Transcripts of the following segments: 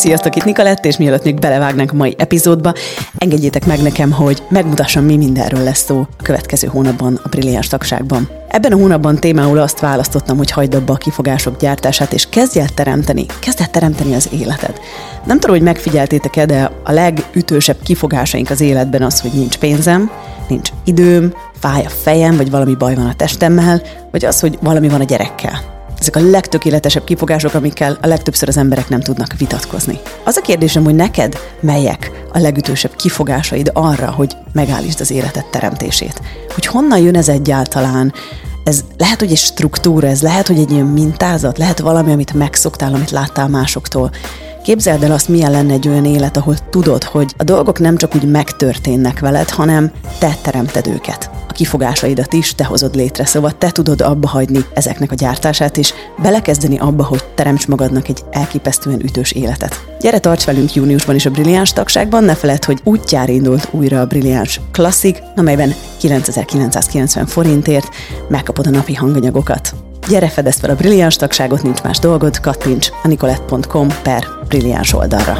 Sziasztok, itt Nikolett, és mielőtt még belevágnánk a mai epizódba, engedjétek meg nekem, hogy megmutassam, mi mindenről lesz szó a következő hónapban a Brilliáns tagságban. Ebben a hónapban témául azt választottam, hogy hagyd abba a kifogások gyártását, és kezdj el teremteni az életed. Nem tudom, hogy megfigyeltétek-e, de a legütősebb kifogásaink az életben az, hogy nincs pénzem, nincs időm, fáj a fejem, vagy valami baj van a testemmel, vagy az, hogy valami van a gyerekkel. Ezek a legtökéletesebb kifogások, amikkel a legtöbbször az emberek nem tudnak vitatkozni. Az a kérdésem, hogy neked melyek a legütősebb kifogásaid arra, hogy megállítsd az életed teremtését? Hogy honnan jön ez egyáltalán? Ez lehet, hogy egy struktúra, ez lehet, hogy egy ilyen mintázat, lehet valami, amit megszoktál, amit láttál másoktól. Képzeld el azt, milyen lenne egy olyan élet, ahol tudod, hogy a dolgok nem csak úgy megtörténnek veled, hanem te teremted őket. A kifogásaidat is te hozod létre, szóval te tudod abba hagyni ezeknek a gyártását, és belekezdeni abba, hogy teremts magadnak egy elképesztően ütős életet. Gyere, tarts velünk júniusban is a Brilliáns tagságban, ne feledd, hogy útjára indult újra a Brilliáns Classic, amelyben 9990 forintért megkapod a napi hanganyagokat. Gyere, fedezd fel a Brilliáns tagságot, nincs más dolgod, kattints a nicolett.com/Brilliáns oldalra.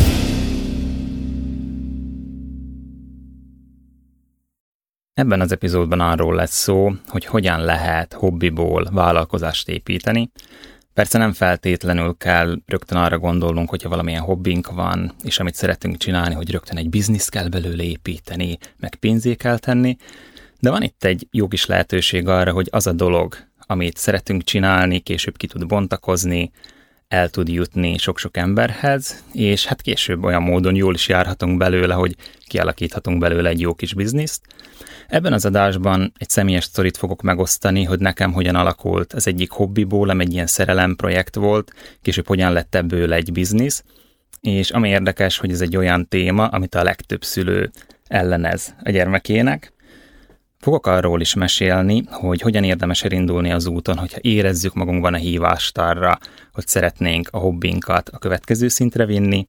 Ebben az epizódban arról lesz szó, hogy hogyan lehet hobbiból vállalkozást építeni. Persze nem feltétlenül kell rögtön arra gondolnunk, hogyha valamilyen hobbink van, és amit szeretünk csinálni, hogy rögtön egy bizniszt kell belőle építeni, meg pénzé kell tenni, de van itt egy jó kis lehetőség arra, hogy az a dolog, amit szeretünk csinálni, később ki tud bontakozni, el tud jutni sok-sok emberhez, és hát később olyan módon jól is járhatunk belőle, hogy kialakíthatunk belőle egy jó kis bizniszt. Ebben az adásban egy személyes sztorit fogok megosztani, hogy nekem hogyan alakult az egyik hobbiból, ami egy ilyen szerelemprojekt volt, később hogyan lett ebből egy biznisz, és ami érdekes, hogy ez egy olyan téma, amit a legtöbb szülő ellenez a gyermekének. Fogok arról is mesélni, hogy hogyan érdemes elindulni az úton, hogyha érezzük magunkban a hívást arra, hogy szeretnénk a hobbinkat a következő szintre vinni,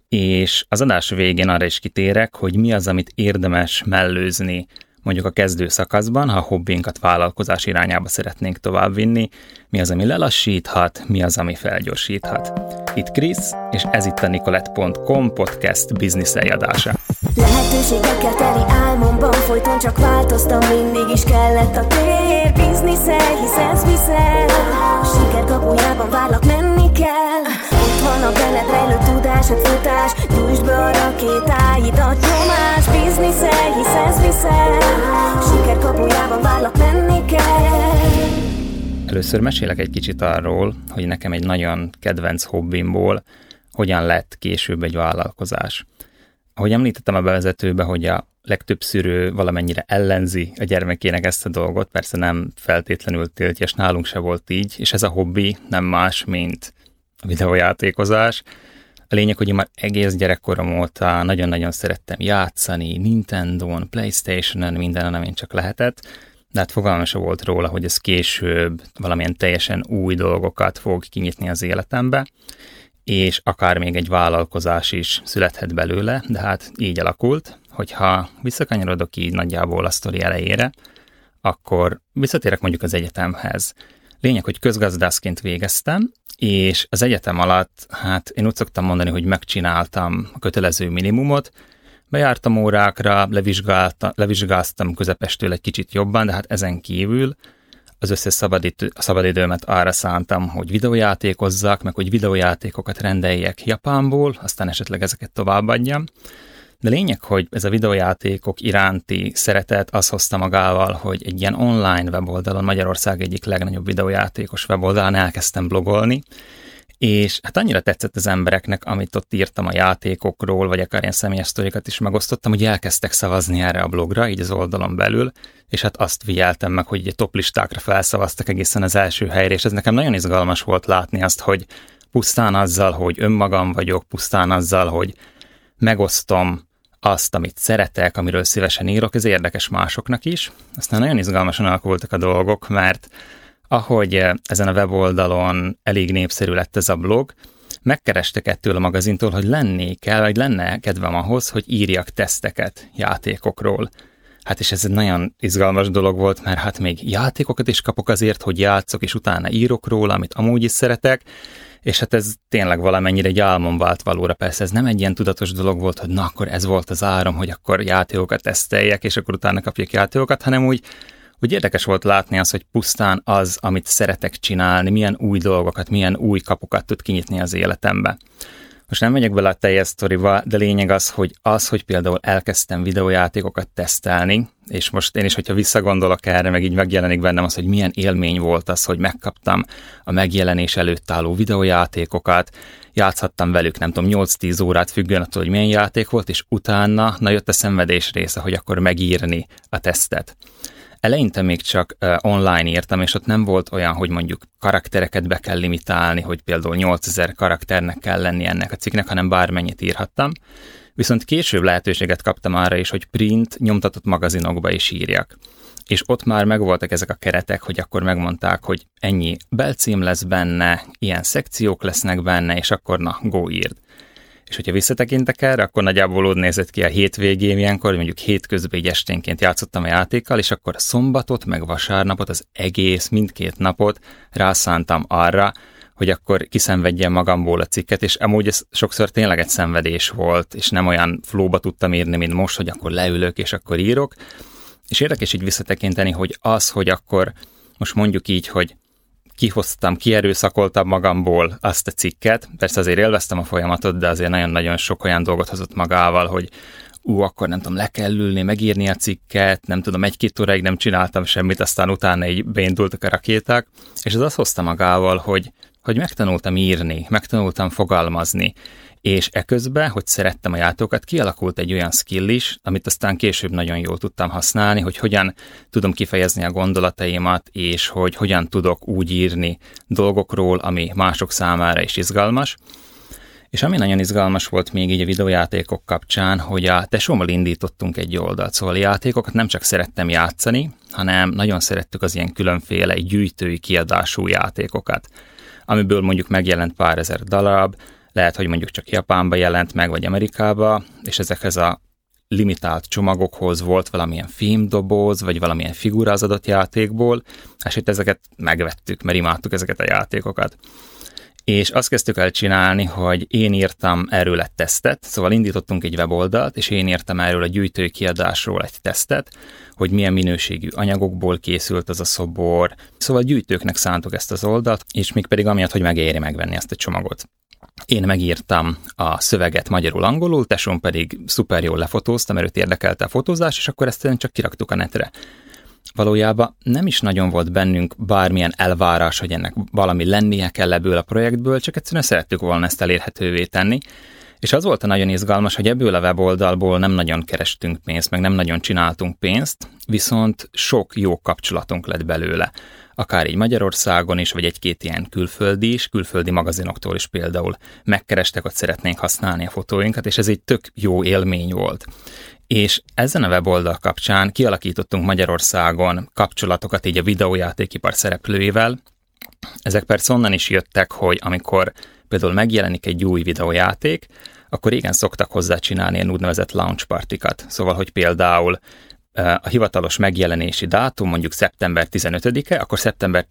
és az adás végén arra is kitérek, hogy mi az, amit érdemes mellőzni mondjuk a kezdő szakaszban, ha a hobbinkat vállalkozás irányába szeretnénk továbbvinni, mi az, ami lelassíthat, mi az, ami felgyorsíthat. Itt Krisz, és ez itt a nicolett.com podcast bizniszelj adása. Lehetőségekkel teli álmomban folyton csak változtam, mindig is kellett a tér. Bizniszelj, hisz ez viszel, a siker kapujában várlak, menni kell. Ott van a benned rejlő tudás, a futás, gyújtsd be a rakétáidat, nyomás. Bizniszelj, hisz ez viszel, a siker kapujában várlak, menni kell. Először mesélek egy kicsit arról, hogy nekem egy nagyon kedvenc hobbimból hogyan lett később egy vállalkozás. Ahogy említettem a bevezetőbe, hogy a legtöbb szülő valamennyire ellenzi a gyermekének ezt a dolgot, persze nem feltétlenül tiltja, és nálunk se volt így, és ez a hobbi nem más, mint a videójátékozás. A lényeg, hogy én már egész gyerekkorom óta nagyon-nagyon szerettem játszani, Nintendón, PlayStationen, mindenen, amin csak lehetett, de hát fogalmam sem volt róla, hogy ez később valamilyen teljesen új dolgokat fog kinyitni az életembe, és akár még egy vállalkozás is születhet belőle, de hát így alakult, hogyha visszakanyarodok így nagyjából a sztori elejére, akkor visszatérek mondjuk az egyetemhez. Lényeg, hogy közgazdászként végeztem, és az egyetem alatt, hát én úgy szoktam mondani, hogy megcsináltam a kötelező minimumot, bejártam órákra, levizsgáztam közepestől egy kicsit jobban, de hát ezen kívül az összes szabadidőmet arra szántam, hogy videójátékozzak, meg hogy videójátékokat rendeljek Japánból, aztán esetleg ezeket továbbadjam. De lényeg, hogy ez a videójátékok iránti szeretet az hozta magával, hogy egy ilyen online weboldalon, Magyarország egyik legnagyobb videójátékos weboldalán elkezdtem blogolni, és hát annyira tetszett az embereknek, amit ott írtam a játékokról, vagy akár ilyen személyes sztorikat is megosztottam, hogy elkezdtek szavazni erre a blogra, így az oldalon belül, és hát azt figyeltem meg, hogy top listákra felszavaztak egészen az első helyre, és ez nekem nagyon izgalmas volt látni azt, hogy pusztán azzal, hogy önmagam vagyok, pusztán azzal, hogy megosztom azt, amit szeretek, amiről szívesen írok, ez érdekes másoknak is. Aztán nagyon izgalmasan alakultak a dolgok, mert ahogy ezen a weboldalon elég népszerű lett ez a blog, megkerestek ettől a magazintól, hogy lenne kedvem ahhoz, hogy írjak teszteket játékokról. Hát és ez egy nagyon izgalmas dolog volt, mert hát még játékokat is kapok azért, hogy játszok, és utána írok róla, amit amúgy is szeretek, És hát ez tényleg valamennyire egy álmom vált valóra. Persze ez nem egy ilyen tudatos dolog volt, hogy na akkor ez volt az áram, hogy akkor játékokat teszteljek, és akkor utána kapjak játékokat, hanem úgy érdekes volt látni azt, hogy pusztán az, amit szeretek csinálni, milyen új dolgokat, milyen új kapukat tud kinyitni az életembe. Most nem megyek bele a teljes sztoriba, de lényeg az, hogy például elkezdtem videójátékokat tesztelni, és most én is, hogyha visszagondolok erre, meg így megjelenik bennem az, hogy milyen élmény volt az, hogy megkaptam a megjelenés előtt álló videójátékokat, játszhattam velük, nem tudom, 8-10 órát függően attól, hogy milyen játék volt, és utána jött a szenvedés része, hogy akkor megírni a tesztet. Eleinte még csak online írtam, és ott nem volt olyan, hogy mondjuk karaktereket be kell limitálni, hogy például 8000 karakternek kell lenni ennek a cikknek, hanem bármennyit írhattam. Viszont később lehetőséget kaptam arra is, hogy print, nyomtatott magazinokba is írjak. És ott már megvoltak ezek a keretek, hogy akkor megmondták, hogy ennyi belcím lesz benne, ilyen szekciók lesznek benne, és akkor go írd. És hogyha visszatekintek erre, akkor nagyjából úgy nézett ki a hétvégén ilyenkor, mondjuk hétközben így esténként játszottam a játékkal, és akkor a szombatot, meg vasárnapot, az egész, mindkét napot rászántam arra, hogy akkor kiszenvedjem magamból a cikket, és amúgy ez sokszor tényleg egy szenvedés volt, és nem olyan flowba tudtam írni, mint most, hogy akkor leülök, és akkor írok. És érdekes így visszatekinteni, hogy hogy akkor most mondjuk így, hogy kierőszakoltam magamból azt a cikket. Persze azért élveztem a folyamatot, de azért nagyon-nagyon sok olyan dolgot hozott magával, hogy akkor nem tudom, le kell ülni, megírni a cikket, nem tudom, 1-2 óráig nem csináltam semmit, aztán utána így beindultak a rakéták, és ez azt hozta magával, hogy megtanultam írni, megtanultam fogalmazni, és eközben, hogy szerettem a játékokat, kialakult egy olyan skill is, amit aztán később nagyon jól tudtam használni, hogy hogyan tudom kifejezni a gondolataimat, és hogy hogyan tudok úgy írni dolgokról, ami mások számára is izgalmas. És ami nagyon izgalmas volt még így a videójátékok kapcsán, hogy a tesómmal indítottunk egy oldalt, szóval a játékokat nem csak szerettem játszani, hanem nagyon szerettük az ilyen különféle gyűjtői kiadású játékokat, amiből mondjuk megjelent pár ezer darab, lehet, hogy mondjuk csak Japánba jelent meg, vagy Amerikába, és ezekhez a limitált csomagokhoz volt valamilyen filmdoboz, vagy valamilyen figura az adott játékból, és itt ezeket megvettük, mert imádtuk ezeket a játékokat. És azt kezdtük el csinálni, hogy én írtam erről egy tesztet, szóval indítottunk egy weboldalt, és én írtam erről a gyűjtői kiadásról egy tesztet, hogy milyen minőségű anyagokból készült az a szobor. Szóval gyűjtőknek szántuk ezt az oldalt, és még pedig amiatt, hogy megéri megvenni ezt a csomagot. Én megírtam a szöveget magyarul-angolul, tesóm pedig szuper jól lefotózta, mert őt érdekelte a fotózás, és akkor ezt csak kiraktuk a netre. Valójában nem is nagyon volt bennünk bármilyen elvárás, hogy ennek valami lennie kell ebből a projektből, csak egyszerűen szerettük volna ezt elérhetővé tenni. És az volt a nagyon izgalmas, hogy ebből a weboldalból nem nagyon kerestünk pénzt, meg nem nagyon csináltunk pénzt, viszont sok jó kapcsolatunk lett belőle. Akár így Magyarországon is, vagy egy-két ilyen külföldi magazinoktól is például megkerestek, hogy szeretnénk használni a fotóinkat, és ez egy tök jó élmény volt. És ezen a weboldal kapcsán kialakítottunk Magyarországon kapcsolatokat így a videójátékipar szereplőivel. Ezek persze onnan is jöttek, hogy amikor például megjelenik egy új videójáték, akkor régen szoktak hozzá csinálni ilyen úgynevezett launch partikat. Szóval, hogy például a hivatalos megjelenési dátum mondjuk szeptember 15-e, akkor szeptember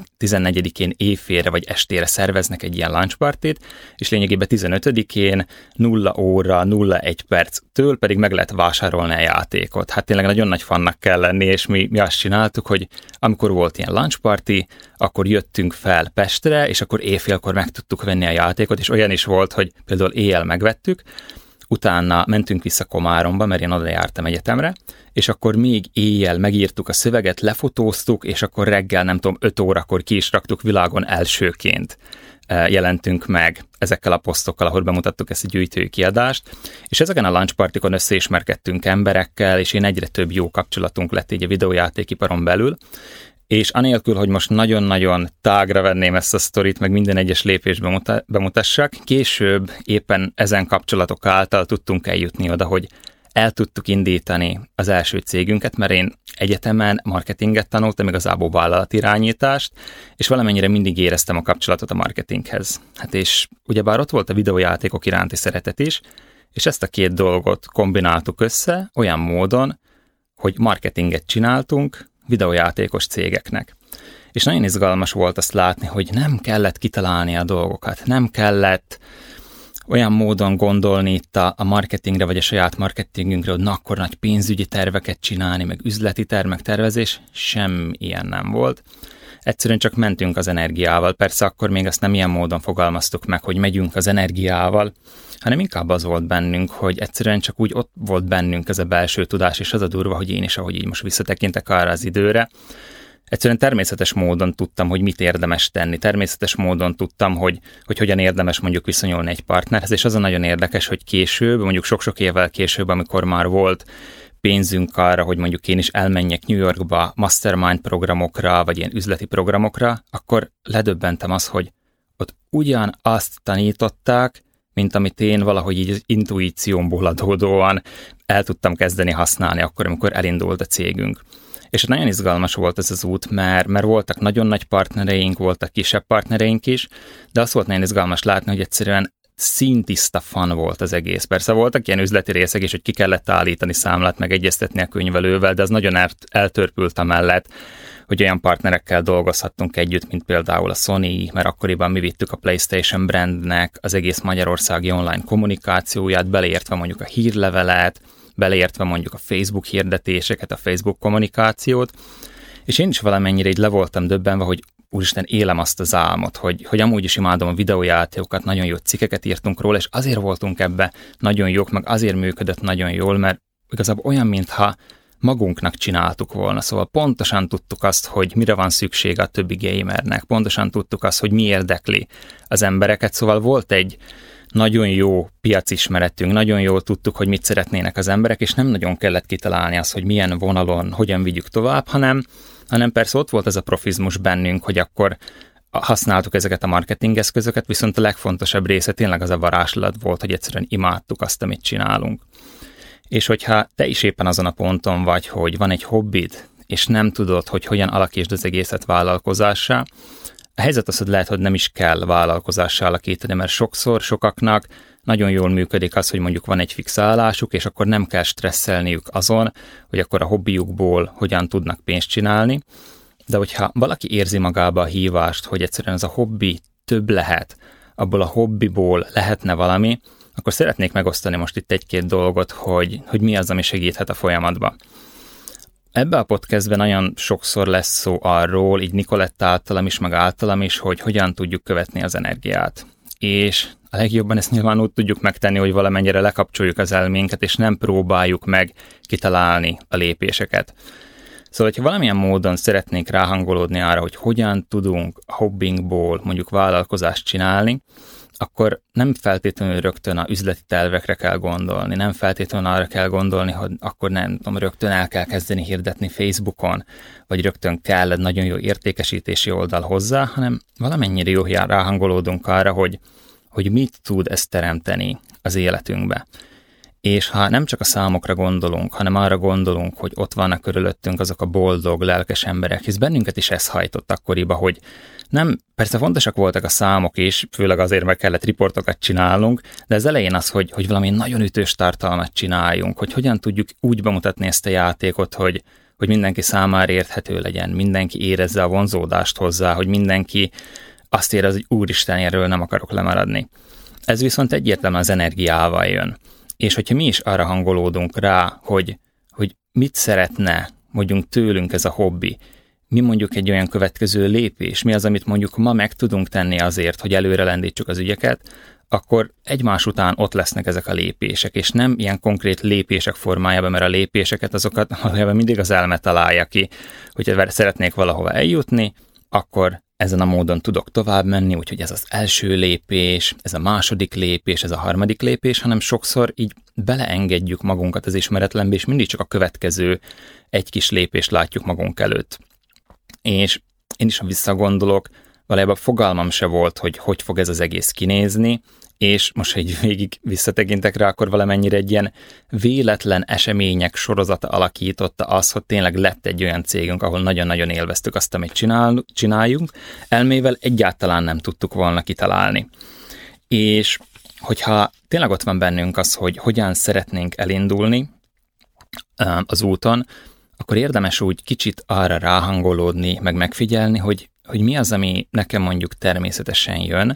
14-én éjfélre vagy estére szerveznek egy ilyen launch partit, és lényegében 15-én 0 óra 01 perctől pedig meg lehet vásárolni a játékot. Hát tényleg nagyon nagy fannak kell lenni, és mi azt csináltuk, hogy amikor volt ilyen launch party, akkor jöttünk fel Pestre, és akkor éjfélkor meg tudtuk venni a játékot, és olyan is volt, hogy például éjjel megvettük, utána mentünk vissza Komáromba, mert én oda jártam egyetemre, és akkor még éjjel megírtuk a szöveget, lefotóztuk, és akkor reggel, nem tudom, 5 órakor ki is raktuk, világon elsőként jelentünk meg ezekkel a posztokkal, ahol bemutattuk ezt a gyűjtői kiadást, és ezeken a launch partikon összeismerkedtünk emberekkel, és én egyre több jó kapcsolatunk lett így a videójátékiparon belül, és anélkül, hogy most nagyon-nagyon tágra venném ezt a sztorit, meg minden egyes lépésbe bemutassak, később éppen ezen kapcsolatok által tudtunk eljutni oda, hogy el tudtuk indítani az első cégünket, mert én egyetemen marketinget tanultam, igazából vállalatirányítást, és valamennyire mindig éreztem a kapcsolatot a marketinghez. Hát és ugyebár ott volt a videójátékok iránti szeretet is, és ezt a két dolgot kombináltuk össze olyan módon, hogy marketinget csináltunk videójátékos cégeknek. És nagyon izgalmas volt azt látni, hogy nem kellett kitalálni a dolgokat, nem kellett olyan módon gondolni itt a marketingre, vagy a saját marketingünkre, hogy na akkor nagy pénzügyi terveket csinálni, meg üzleti meg tervezés, sem ilyen nem volt. Egyszerűen csak mentünk az energiával. Persze akkor még azt nem ilyen módon fogalmaztuk meg, hogy megyünk az energiával, hanem inkább az volt bennünk, hogy egyszerűen csak úgy ott volt bennünk ez a belső tudás, és az a durva, hogy én is, ahogy így most visszatekintek arra az időre, egyszerűen természetes módon tudtam, hogy mit érdemes tenni. Természetes módon tudtam, hogy hogyan érdemes mondjuk viszonyulni egy partnerhez, és az a nagyon érdekes, hogy később, mondjuk sok-sok évvel később, amikor már volt pénzünk arra, hogy mondjuk én is elmenjek New Yorkba mastermind programokra, vagy ilyen üzleti programokra, akkor ledöbbentem az, hogy ott ugyanazt tanították, mint amit én valahogy így az intuíciómból adódóan el tudtam kezdeni használni akkor, amikor elindult a cégünk. És nagyon izgalmas volt ez az út, mert voltak nagyon nagy partnereink, voltak kisebb partnereink is, de azt volt nagyon izgalmas látni, hogy egyszerűen színtiszta fan volt az egész. Persze voltak ilyen üzleti részek is, hogy ki kellett állítani számlát, meg egyeztetni a könyvelővel, de az nagyon eltörpült amellett, hogy olyan partnerekkel dolgozhattunk együtt, mint például a Sony, mert akkoriban mi vittük a PlayStation brandnek az egész magyarországi online kommunikációját, beleértve mondjuk a hírlevelet, beleértve mondjuk a Facebook hirdetéseket, a Facebook kommunikációt, és én is valamennyire így le voltam döbbenve, hogy úristen, élem azt az álmot, hogy amúgy is imádom a videójátékokat, nagyon jó cikkeket írtunk róla, és azért voltunk ebbe nagyon jók, meg azért működött nagyon jól, mert igazából olyan, mintha magunknak csináltuk volna, szóval pontosan tudtuk azt, hogy mire van szüksége a többi gamernek, pontosan tudtuk azt, hogy mi érdekli az embereket, szóval volt egy nagyon jó piacismeretünk, nagyon jól tudtuk, hogy mit szeretnének az emberek, és nem nagyon kellett kitalálni azt, hogy milyen vonalon, hogyan vigyük tovább, hanem persze ott volt ez a profizmus bennünk, hogy akkor használtuk ezeket a marketing eszközöket, viszont a legfontosabb része tényleg az a varázslat volt, hogy egyszerűen imádtuk azt, amit csinálunk. És hogyha te is éppen azon a ponton vagy, hogy van egy hobbid, és nem tudod, hogy hogyan alakítsd az egészet vállalkozássá, a helyzet az, hogy lehet, hogy nem is kell vállalkozássá alakítani, mert sokszor sokaknak nagyon jól működik az, hogy mondjuk van egy fix állásuk, és akkor nem kell stresszelniük azon, hogy akkor a hobbiukból hogyan tudnak pénzt csinálni. De hogyha valaki érzi magába a hívást, hogy egyszerűen ez a hobbi több lehet, abból a hobbiból lehetne valami, akkor szeretnék megosztani most itt egy-két dolgot, hogy mi az, ami segíthet a folyamatba. Ebben a podcastben nagyon sokszor lesz szó arról, így Nicolette általam is, meg általam is, hogy hogyan tudjuk követni az energiát. És a legjobban ezt nyilván úgy tudjuk megtenni, hogy valamennyire lekapcsoljuk az elménket, és nem próbáljuk meg kitalálni a lépéseket. Szóval, hogyha valamilyen módon szeretnénk ráhangolódni arra, hogy hogyan tudunk a hobbinkból mondjuk vállalkozást csinálni, akkor nem feltétlenül rögtön a üzleti tervekre kell gondolni, nem feltétlenül arra kell gondolni, hogy akkor nem tudom, rögtön el kell kezdeni hirdetni Facebookon, vagy rögtön kell egy nagyon jó értékesítési oldal hozzá, hanem valamennyire jó ráhangolódunk arra, hogy mit tud ez teremteni az életünkbe. És ha nem csak a számokra gondolunk, hanem arra gondolunk, hogy ott vannak körülöttünk azok a boldog, lelkes emberek, hisz bennünket is ez hajtott akkoriba, hogy nem, persze fontosak voltak a számok is, főleg azért, mert kellett riportokat csinálnunk, de az elején az, hogy valami nagyon ütős tartalmat csináljunk, hogy hogyan tudjuk úgy bemutatni ezt a játékot, hogy mindenki számára érthető legyen, mindenki érezze a vonzódást hozzá, hogy mindenki azt érez, hogy úristen, erről nem akarok lemaradni. Ez viszont egyértelműen az energiával jön. És hogyha mi is arra hangolódunk rá, hogy mit szeretne mondjuk tőlünk ez a hobbi, mi mondjuk egy olyan következő lépés, mi az, amit mondjuk ma meg tudunk tenni azért, hogy előre lendítsük az ügyeket, akkor egymás után ott lesznek ezek a lépések, és nem ilyen konkrét lépések formájában, mert a lépéseket azokat valójában mindig az elme találja ki, hogyha szeretnék valahova eljutni, akkor ezen a módon tudok tovább menni, úgyhogy ez az első lépés, ez a második lépés, ez a harmadik lépés, hanem sokszor így beleengedjük magunkat az ismeretlenbe, és mindig csak a következő egy kis lépést látjuk magunk előtt. És én is, ha visszagondolok, valójában fogalmam se volt, hogy fog ez az egész kinézni, és most, ha így végig visszatekintek rá, akkor valamennyire egy ilyen véletlen események sorozata alakította az, hogy tényleg lett egy olyan cégünk, ahol nagyon-nagyon élveztük azt, amit csináljunk, elmével egyáltalán nem tudtuk volna kitalálni. És hogyha tényleg ott van bennünk az, hogy hogyan szeretnénk elindulni az úton, akkor érdemes úgy kicsit arra ráhangolódni, meg megfigyelni, hogy mi az, ami nekem mondjuk természetesen jön,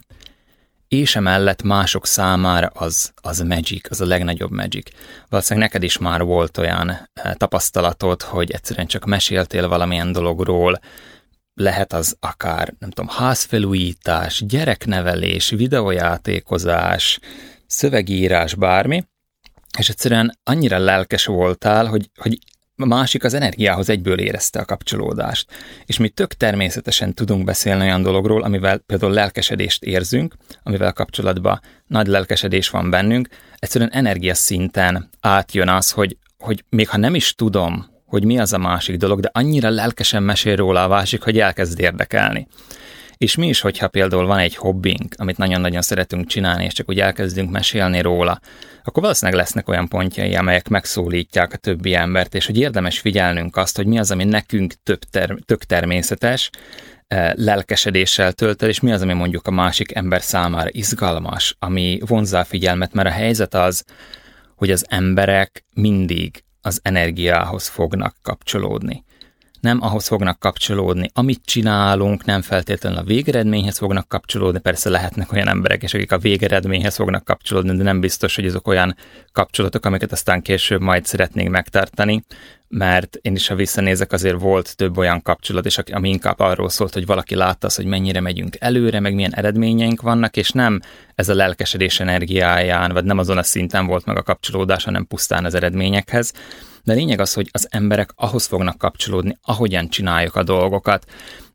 és emellett mások számára az magic, az a legnagyobb magic. Valószínűleg neked is már volt olyan tapasztalatod, hogy egyszerűen csak meséltél valamilyen dologról, lehet az akár, nem tudom, házfelújítás, gyereknevelés, videójátékozás, szövegírás, bármi, és egyszerűen annyira lelkes voltál, hogy a másik az energiához egyből érezte a kapcsolódást. És mi tök természetesen tudunk beszélni olyan dologról, amivel például lelkesedést érzünk, amivel kapcsolatban nagy lelkesedés van bennünk, egyszerűen energiaszinten átjön az, hogy még ha nem is tudom, hogy mi az a másik dolog, de annyira lelkesen mesél róla a másik, hogy elkezd érdekelni. És mi is, hogyha például van egy hobbink, amit nagyon-nagyon szeretünk csinálni, és csak úgy elkezdünk mesélni róla, akkor valószínűleg lesznek olyan pontjai, amelyek megszólítják a többi embert, és hogy érdemes figyelnünk azt, hogy mi az, ami nekünk tök természetes, lelkesedéssel tölt el, és mi az, ami mondjuk a másik ember számára izgalmas, ami vonzza a figyelmet, mert a helyzet az, hogy az emberek mindig az energiához fognak kapcsolódni. Nem ahhoz fognak kapcsolódni, amit csinálunk, nem feltétlenül a végeredményhez fognak kapcsolódni, persze lehetnek olyan emberek, és akik a végeredményhez fognak kapcsolódni, de nem biztos, hogy azok olyan kapcsolatok, amiket aztán később majd szeretnénk megtartani, mert én is, ha visszanézek, azért volt több olyan kapcsolat, és ami inkább arról szólt, hogy valaki látta azt, hogy mennyire megyünk előre, meg milyen eredményeink vannak, és nem ez a lelkesedés energiáján, vagy nem azon a szinten volt meg a kapcsolódás, hanem pusztán az eredményekhez. De a lényeg az, hogy az emberek ahhoz fognak kapcsolódni, ahogyan csináljuk a dolgokat,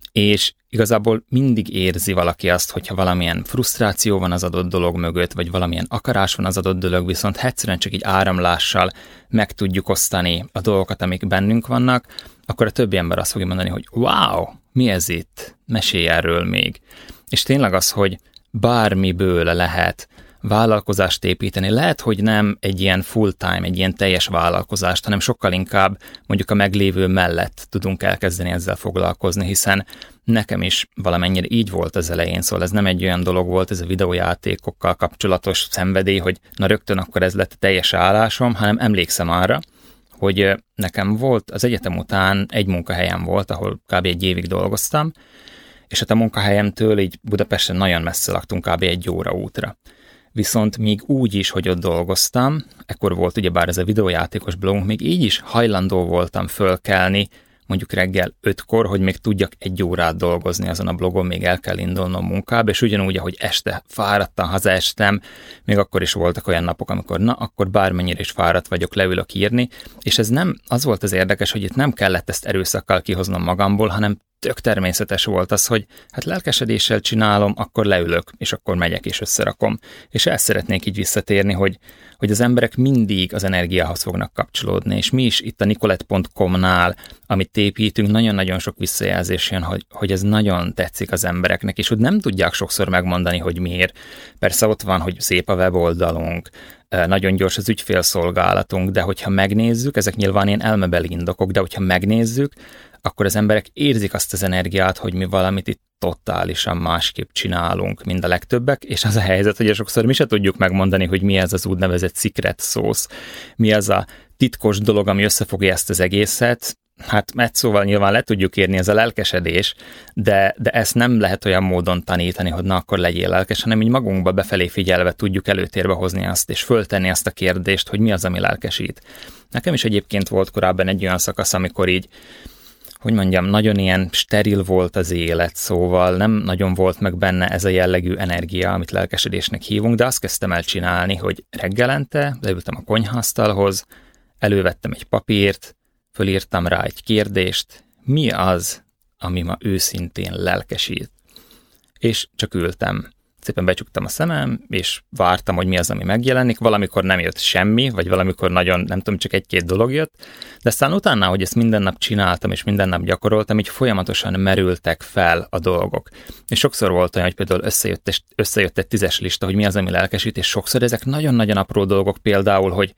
és igazából mindig érzi valaki azt, hogyha valamilyen frusztráció van az adott dolog mögött, vagy valamilyen akarás van az adott dolog, viszont egyszerűen csak egy áramlással meg tudjuk osztani a dolgokat, amik bennünk vannak, akkor a többi ember azt fogja mondani, hogy wow, mi ez itt? Mesélj erről még. És tényleg az, hogy bármiből lehet vállalkozást építeni. Lehet, hogy nem egy ilyen full-time, egy ilyen teljes vállalkozást, hanem sokkal inkább mondjuk a meglévő mellett tudunk elkezdeni ezzel foglalkozni, hiszen nekem is valamennyire így volt az elején, szóval ez nem egy olyan dolog volt, ez a videójátékokkal kapcsolatos szenvedély, hogy na rögtön akkor ez lett a teljes állásom, hanem emlékszem arra, hogy nekem volt az egyetem után egy munkahelyem volt, ahol kb. Egy évig dolgoztam, és hát a munkahelyemtől így Budapesten nagyon messze laktunk, kb. 1 óra útra. Viszont még úgy is, hogy ott dolgoztam, ekkor volt ugyebár ez a videójátékos blogunk, még így is hajlandó voltam fölkelni, mondjuk reggel 5-kor, hogy még tudjak 1 órát dolgozni azon a blogon, még el kell indulnom munkába, és ugyanúgy, ahogy este fáradtan hazaestem, még akkor is voltak olyan napok, amikor akkor bármennyire is fáradt vagyok, leülök írni, és ez nem, az volt az érdekes, hogy itt nem kellett ezt erőszakkal kihoznom magamból, hanem tök természetes volt az, hogy hát lelkesedéssel csinálom, akkor leülök, és akkor megyek és összerakom. És el szeretnék így visszatérni, hogy az emberek mindig az energiához fognak kapcsolódni, és mi is itt a nicolette.com-nál, amit építünk, nagyon-nagyon sok visszajelzés jön, hogy ez nagyon tetszik az embereknek, és hogy nem tudják sokszor megmondani, hogy miért. Persze ott van, hogy szép a weboldalunk, nagyon gyors az ügyfélszolgálatunk, de hogyha megnézzük, ezek nyilván ilyen elmebeli indokok, de hogyha megnézzük, akkor az emberek érzik azt az energiát, hogy mi valamit itt totálisan másképp csinálunk, mint a legtöbbek, és az a helyzet, hogy sokszor mi se tudjuk megmondani, hogy mi ez az úgynevezett secret sauce, mi az a titkos dolog, ami összefogja ezt az egészet. Hát egy szóval nyilván le tudjuk írni, ez a lelkesedés, de ezt nem lehet olyan módon tanítani, hogy na akkor legyél lelkes, hanem így magunkba befelé figyelve tudjuk előtérbe hozni azt, és föltenni azt a kérdést, hogy mi az, ami lelkesít. Nekem is egyébként volt korábban egy olyan szakasz, amikor így, hogy mondjam, nagyon ilyen steril volt az élet, szóval nem nagyon volt meg benne ez a jellegű energia, amit lelkesedésnek hívunk, de azt kezdtem el csinálni, hogy reggelente leültem a konyhaasztalhoz, elővettem egy papírt, fölírtam rá egy kérdést, mi az, ami ma őszintén lelkesít. És csak ültem. Szépen becsuktam a szemem, és vártam, hogy mi az, ami megjelenik. Valamikor nem jött semmi, vagy valamikor nagyon, nem tudom, csak 1-2 dolog jött. De aztán utána, hogy ezt minden nap csináltam, és minden nap gyakoroltam, így folyamatosan merültek fel a dolgok. És sokszor volt olyan, hogy például összejött egy 10-es lista, hogy mi az, ami lelkesít, és sokszor ezek nagyon-nagyon apró dolgok, például, hogy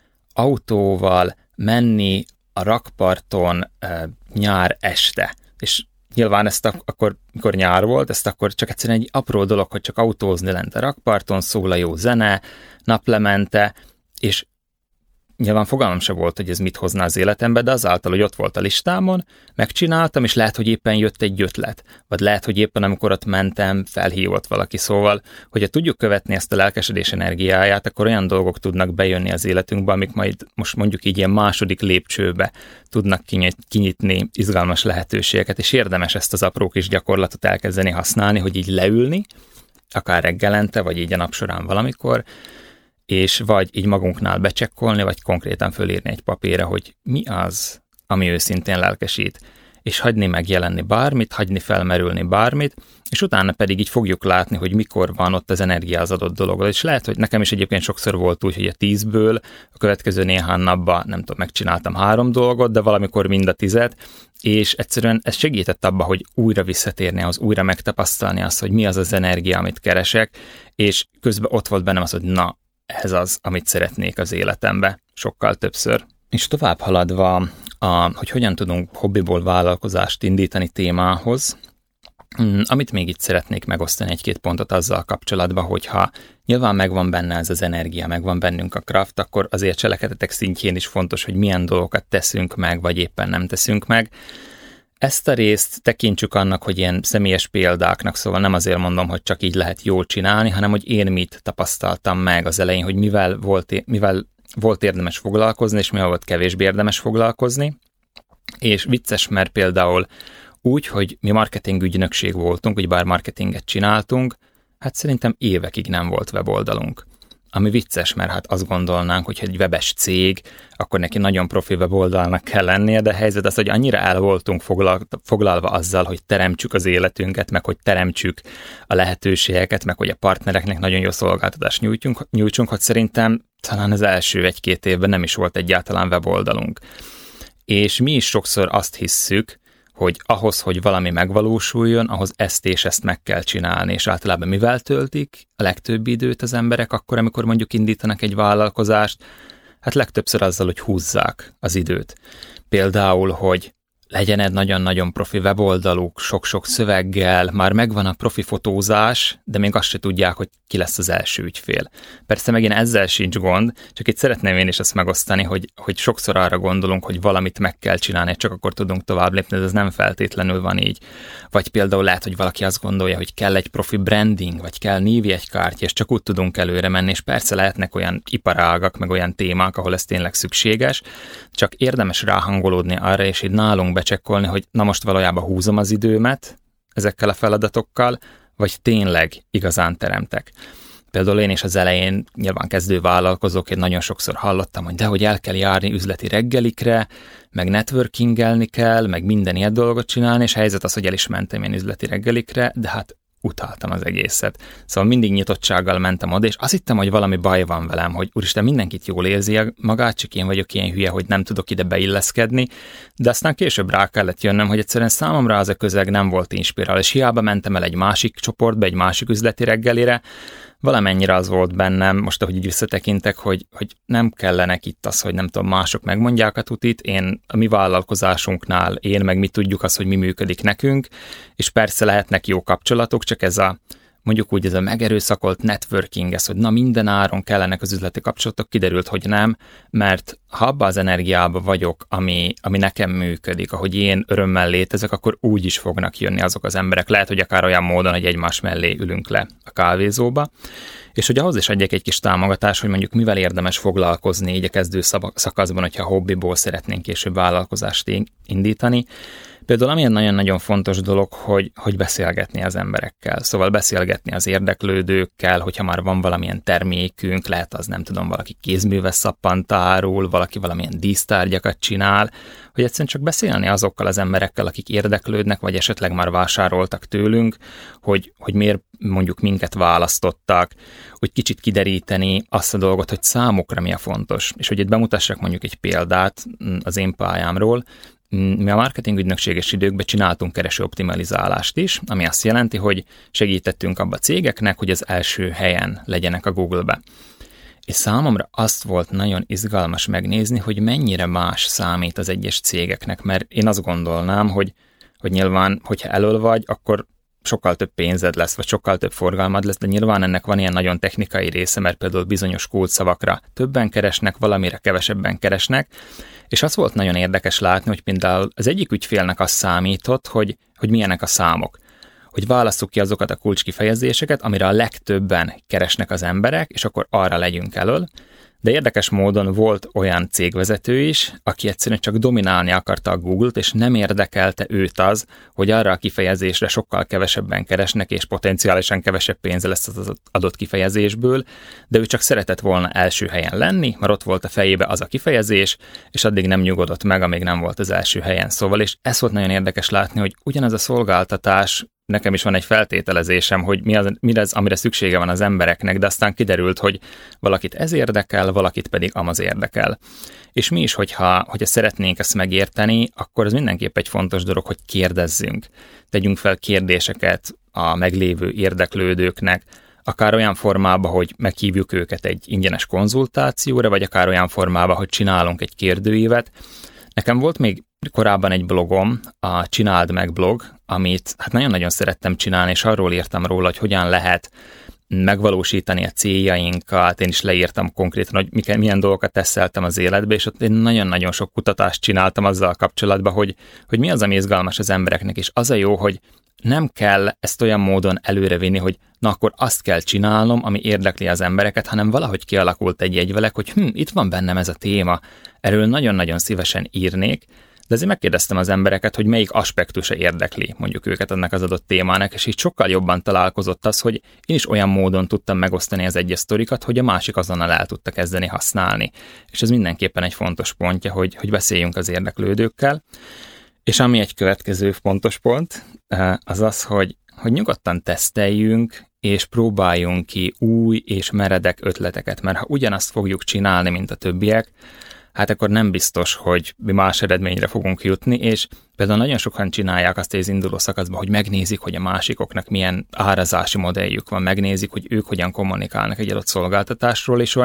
autóval menni a rakparton nyár este. És nyilván ezt akkor, mikor nyár volt, ezt akkor csak egyszerűen egy apró dolog, hogy csak autózni lent a rakparton, szól a jó zene, naplemente, és nyilván fogalmam se volt, hogy ez mit hozna az életembe, de azáltal, hogy ott volt a listámon, megcsináltam, és lehet, hogy éppen jött egy ötlet, vagy lehet, hogy éppen amikor ott mentem, felhívott valaki. Szóval, hogyha tudjuk követni ezt a lelkesedés energiáját, akkor olyan dolgok tudnak bejönni az életünkbe, amik majd most mondjuk így ilyen második lépcsőbe tudnak kinyitni izgalmas lehetőségeket, és érdemes ezt az apró kis gyakorlatot elkezdeni használni, hogy így leülni, akár reggelente, vagy így a nap során valamikor, és vagy így magunknál becsekkolni, vagy konkrétan fölírni egy papírra, hogy mi az, ami őszintén lelkesít, és hagyni megjelenni bármit, hagyni felmerülni bármit, és utána pedig így fogjuk látni, hogy mikor van ott az energia az adott dologgal. És lehet, hogy nekem is egyébként sokszor volt úgy, hogy a 10-ből a következő néhány napban, nem tudom, megcsináltam 3 dolgot, de valamikor mind a 10-et, és egyszerűen ez segített abba, hogy újra visszatérni ahhoz, újra megtapasztalni azt, hogy mi az az energia, amit keresek, és közben ott volt bennem az, hogy na, ez az, amit szeretnék az életembe, sokkal többször. És tovább haladva, hogy hogyan tudunk hobbiból vállalkozást indítani témához, amit még itt szeretnék megosztani 1-2 pontot azzal kapcsolatban, hogyha nyilván megvan benne ez az energia, megvan bennünk a kraft, akkor azért cselekedetek szintjén is fontos, hogy milyen dolgokat teszünk meg, vagy éppen nem teszünk meg. Ezt a részt tekintsük annak, hogy ilyen személyes példáknak, szóval nem azért mondom, hogy csak így lehet jól csinálni, hanem hogy én mit tapasztaltam meg az elején, hogy mivel volt érdemes foglalkozni, és mivel volt kevésbé érdemes foglalkozni. És vicces, mert például úgy, hogy mi marketingügynökség voltunk, hogy bár marketinget csináltunk, hát szerintem évekig nem volt weboldalunk. Ami vicces, mert hát azt gondolnánk, hogy egy webes cég, akkor neki nagyon profi weboldalnak kell lennie, de a helyzet az, hogy annyira el voltunk foglalva azzal, hogy teremtsük az életünket, meg hogy teremtsük a lehetőségeket, meg hogy a partnereknek nagyon jó szolgáltatást nyújtsunk, hogy szerintem talán az első 1-2 évben nem is volt egyáltalán weboldalunk. És mi is sokszor azt hisszük, hogy ahhoz, hogy valami megvalósuljon, ahhoz ezt és ezt meg kell csinálni, és általában mivel töltik a legtöbb időt az emberek akkor, amikor mondjuk indítanak egy vállalkozást, hát legtöbbször azzal, hogy húzzák az időt. Például, hogy legyen egy nagyon-nagyon profi weboldaluk, sok-sok szöveggel, már megvan a profi fotózás, de még azt se tudják, hogy ki lesz az első ügyfél. Persze megint ezzel sincs gond, csak itt szeretném én is ezt megosztani, hogy sokszor arra gondolunk, hogy valamit meg kell csinálni, csak akkor tudunk tovább lépni, de ez nem feltétlenül van így. Vagy például lehet, hogy valaki azt gondolja, hogy kell egy profi branding, vagy kell névjegykártya, és csak úgy tudunk előre menni, és persze lehetnek olyan iparágak, meg olyan témák, ahol ez tényleg szükséges, csak érdemes ráhangolódni arra, és így nálunk becsekkolni, hogy na most valójában húzom az időmet ezekkel a feladatokkal, vagy tényleg igazán teremtek. Például én is az elején nyilván kezdő vállalkozóként nagyon sokszor hallottam, hogy dehogy el kell járni üzleti reggelikre, meg networkingelni kell, meg minden ilyen dolgot csinálni, és a helyzet az, hogy el is mentem ilyen üzleti reggelikre, de hát utáltam az egészet. Szóval mindig nyitottsággal mentem oda, és azt hittem, hogy valami baj van velem, hogy úristen, mindenkit jól érzi magát, csak én vagyok ilyen hülye, hogy nem tudok ide beilleszkedni, de aztán később rá kellett jönnöm, hogy egyszerűen számomra az a közeg nem volt inspirál, és hiába mentem el egy másik csoportba, egy másik üzleti reggelire, valamennyire az volt bennem, most ahogy így visszatekintek, hogy nem kellenek itt az, hogy nem tudom, mások megmondják a tutit, a mi vállalkozásunknál meg mi tudjuk azt, hogy mi működik nekünk, és persze lehetnek jó kapcsolatok, csak ez a mondjuk úgy ez a megerőszakolt networking, ez, hogy na minden áron kellenek az üzleti kapcsolatok, kiderült, hogy nem, mert ha abba az energiába vagyok, ami nekem működik, ahogy én örömmel létezek, akkor úgy is fognak jönni azok az emberek. Lehet, hogy akár olyan módon, hogy egymás mellé ülünk le a kávézóba, és hogy ahhoz is adjak egy kis támogatás, hogy mondjuk mivel érdemes foglalkozni így a kezdő szakaszban, hogyha hobbiból szeretnénk később vállalkozást indítani. Például amilyen nagyon-nagyon fontos dolog, hogy beszélgetni az emberekkel. Szóval beszélgetni az érdeklődőkkel, hogyha már van valamilyen termékünk, lehet az nem tudom, valaki kézműves szappant árul, valaki valamilyen dísztárgyakat csinál, hogy egyszerűen csak beszélni azokkal az emberekkel, akik érdeklődnek, vagy esetleg már vásároltak tőlünk, hogy miért mondjuk minket választottak, hogy kicsit kideríteni azt a dolgot, hogy számukra mi a fontos. És hogy itt bemutassak mondjuk egy példát az én pályámról. Mi a marketingügynökséges időkben csináltunk keresőoptimalizálást is, ami azt jelenti, hogy segítettünk abba a cégeknek, hogy az első helyen legyenek a Google-be. És számomra azt volt nagyon izgalmas megnézni, hogy mennyire más számít az egyes cégeknek, mert én azt gondolnám, hogy nyilván, hogyha elől vagy, akkor sokkal több pénzed lesz, vagy sokkal több forgalmad lesz, de nyilván ennek van ilyen nagyon technikai része, mert például bizonyos kódszavakra többen keresnek, valamire kevesebben keresnek, és az volt nagyon érdekes látni, hogy például az egyik ügyfélnek az számított, hogy milyenek a számok. Hogy válasszuk ki azokat a kulcskifejezéseket, amire a legtöbben keresnek az emberek, és akkor arra legyünk elől. De érdekes módon volt olyan cégvezető is, aki egyszerűen csak dominálni akarta a Google-t, és nem érdekelte őt az, hogy arra a kifejezésre sokkal kevesebben keresnek, és potenciálisan kevesebb pénze lesz az adott kifejezésből, de ő csak szeretett volna első helyen lenni, mert ott volt a fejébe az a kifejezés, és addig nem nyugodott meg, amíg nem volt az első helyen. Szóval, és ez volt nagyon érdekes látni, hogy ugyanaz a szolgáltatás, nekem is van egy feltételezésem, hogy mi az, amire szüksége van az embereknek, de aztán kiderült, hogy valakit ez érdekel, valakit pedig amaz érdekel. És mi is, hogyha szeretnénk ezt megérteni, akkor ez mindenképp egy fontos dolog, hogy kérdezzünk. Tegyünk fel kérdéseket a meglévő érdeklődőknek, akár olyan formában, hogy meghívjuk őket egy ingyenes konzultációra, vagy akár olyan formában, hogy csinálunk egy kérdőívet. Nekem volt még korábban egy blogom, a Csináld meg blog, amit hát nagyon-nagyon szerettem csinálni, és arról írtam róla, hogy hogyan lehet megvalósítani a céljainkat. Én is leírtam konkrétan, hogy milyen dolgokat teszeltem az életbe, és ott én nagyon-nagyon sok kutatást csináltam azzal kapcsolatban, hogy mi az, ami izgalmas az embereknek, és az a jó, hogy nem kell ezt olyan módon előrevinni, hogy na akkor azt kell csinálnom, ami érdekli az embereket, hanem valahogy kialakult egy jegyvelek, hogy itt van bennem ez a téma, erről nagyon-nagyon szívesen írnék, de azért megkérdeztem az embereket, hogy melyik aspektusa érdekli mondjuk őket ennek az adott témának, és így sokkal jobban találkozott az, hogy én is olyan módon tudtam megosztani az egyes sztorikat, hogy a másik azonnal el tudta kezdeni használni. És ez mindenképpen egy fontos pontja, hogy beszéljünk az érdeklődőkkel. És ami egy következő fontos pont, az az, hogy nyugodtan teszteljünk, és próbáljunk ki új és meredek ötleteket, mert ha ugyanazt fogjuk csinálni, mint a többiek, hát akkor nem biztos, hogy mi más eredményre fogunk jutni, és például nagyon sokan csinálják azt az induló szakaszban, hogy megnézik, hogy a másikoknak milyen árazási modelljük van, megnézik, hogy ők hogyan kommunikálnak egy adott szolgáltatásról, és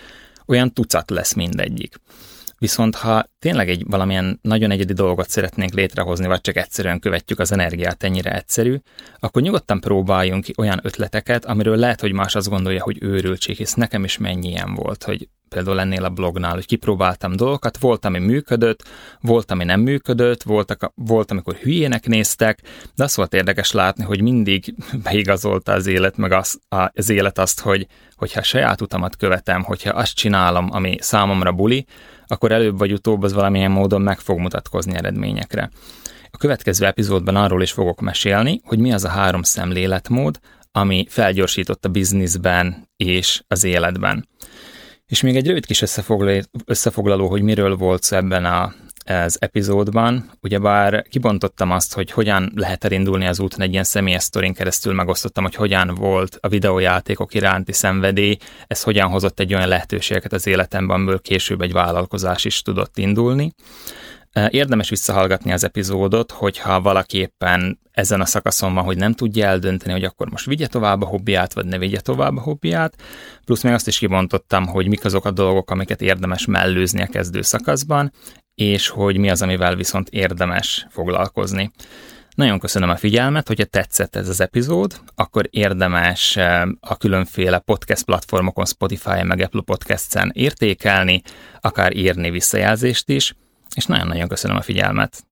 olyan tucat lesz mindegyik. Viszont ha tényleg valamilyen nagyon egyedi dolgot szeretnénk létrehozni, vagy csak egyszerűen követjük az energiát, ennyire egyszerű, akkor nyugodtan próbáljunk ki olyan ötleteket, amiről lehet, hogy más azt gondolja, hogy őrültség, hisz nekem is mennyi ilyen volt, hogy például ennél a blognál, hogy kipróbáltam dolgokat, volt, ami működött, volt, ami nem működött, volt, amikor hülyének néztek, de az volt érdekes látni, hogy mindig beigazolta az élet, meg az élet azt, hogyha a saját utamat követem, hogyha azt csinálom, ami számomra buli, akkor előbb vagy utóbb az valamilyen módon meg fog mutatkozni eredményekre. A következő epizódban arról is fogok mesélni, hogy mi az a 3 szemléletmód, ami felgyorsított a bizniszben és az életben. És még egy rövid kis összefoglaló, hogy miről volt szó ebben az epizódban. Ugyebár kibontottam azt, hogy hogyan lehet elindulni az úton, egy ilyen személyes sztorin keresztül megosztottam, hogy hogyan volt a videójátékok iránti szenvedély, ez hogyan hozott egy olyan lehetőségeket az életemben, amiből később egy vállalkozás is tudott indulni. Érdemes visszahallgatni az epizódot, hogyha valaki éppen ezen a szakaszon van, hogy nem tudja eldönteni, hogy akkor most vigye tovább a hobbiát, vagy ne vigye tovább a hobbiát. Plusz még azt is kibontottam, hogy mik azok a dolgok, amiket érdemes mellőzni a kezdő szakaszban, és hogy mi az, amivel viszont érdemes foglalkozni. Nagyon köszönöm a figyelmet, hogyha tetszett ez az epizód, akkor érdemes a különféle podcast platformokon, Spotify meg Apple Podcasts-en értékelni, akár írni visszajelzést is, és nagyon-nagyon köszönöm a figyelmet.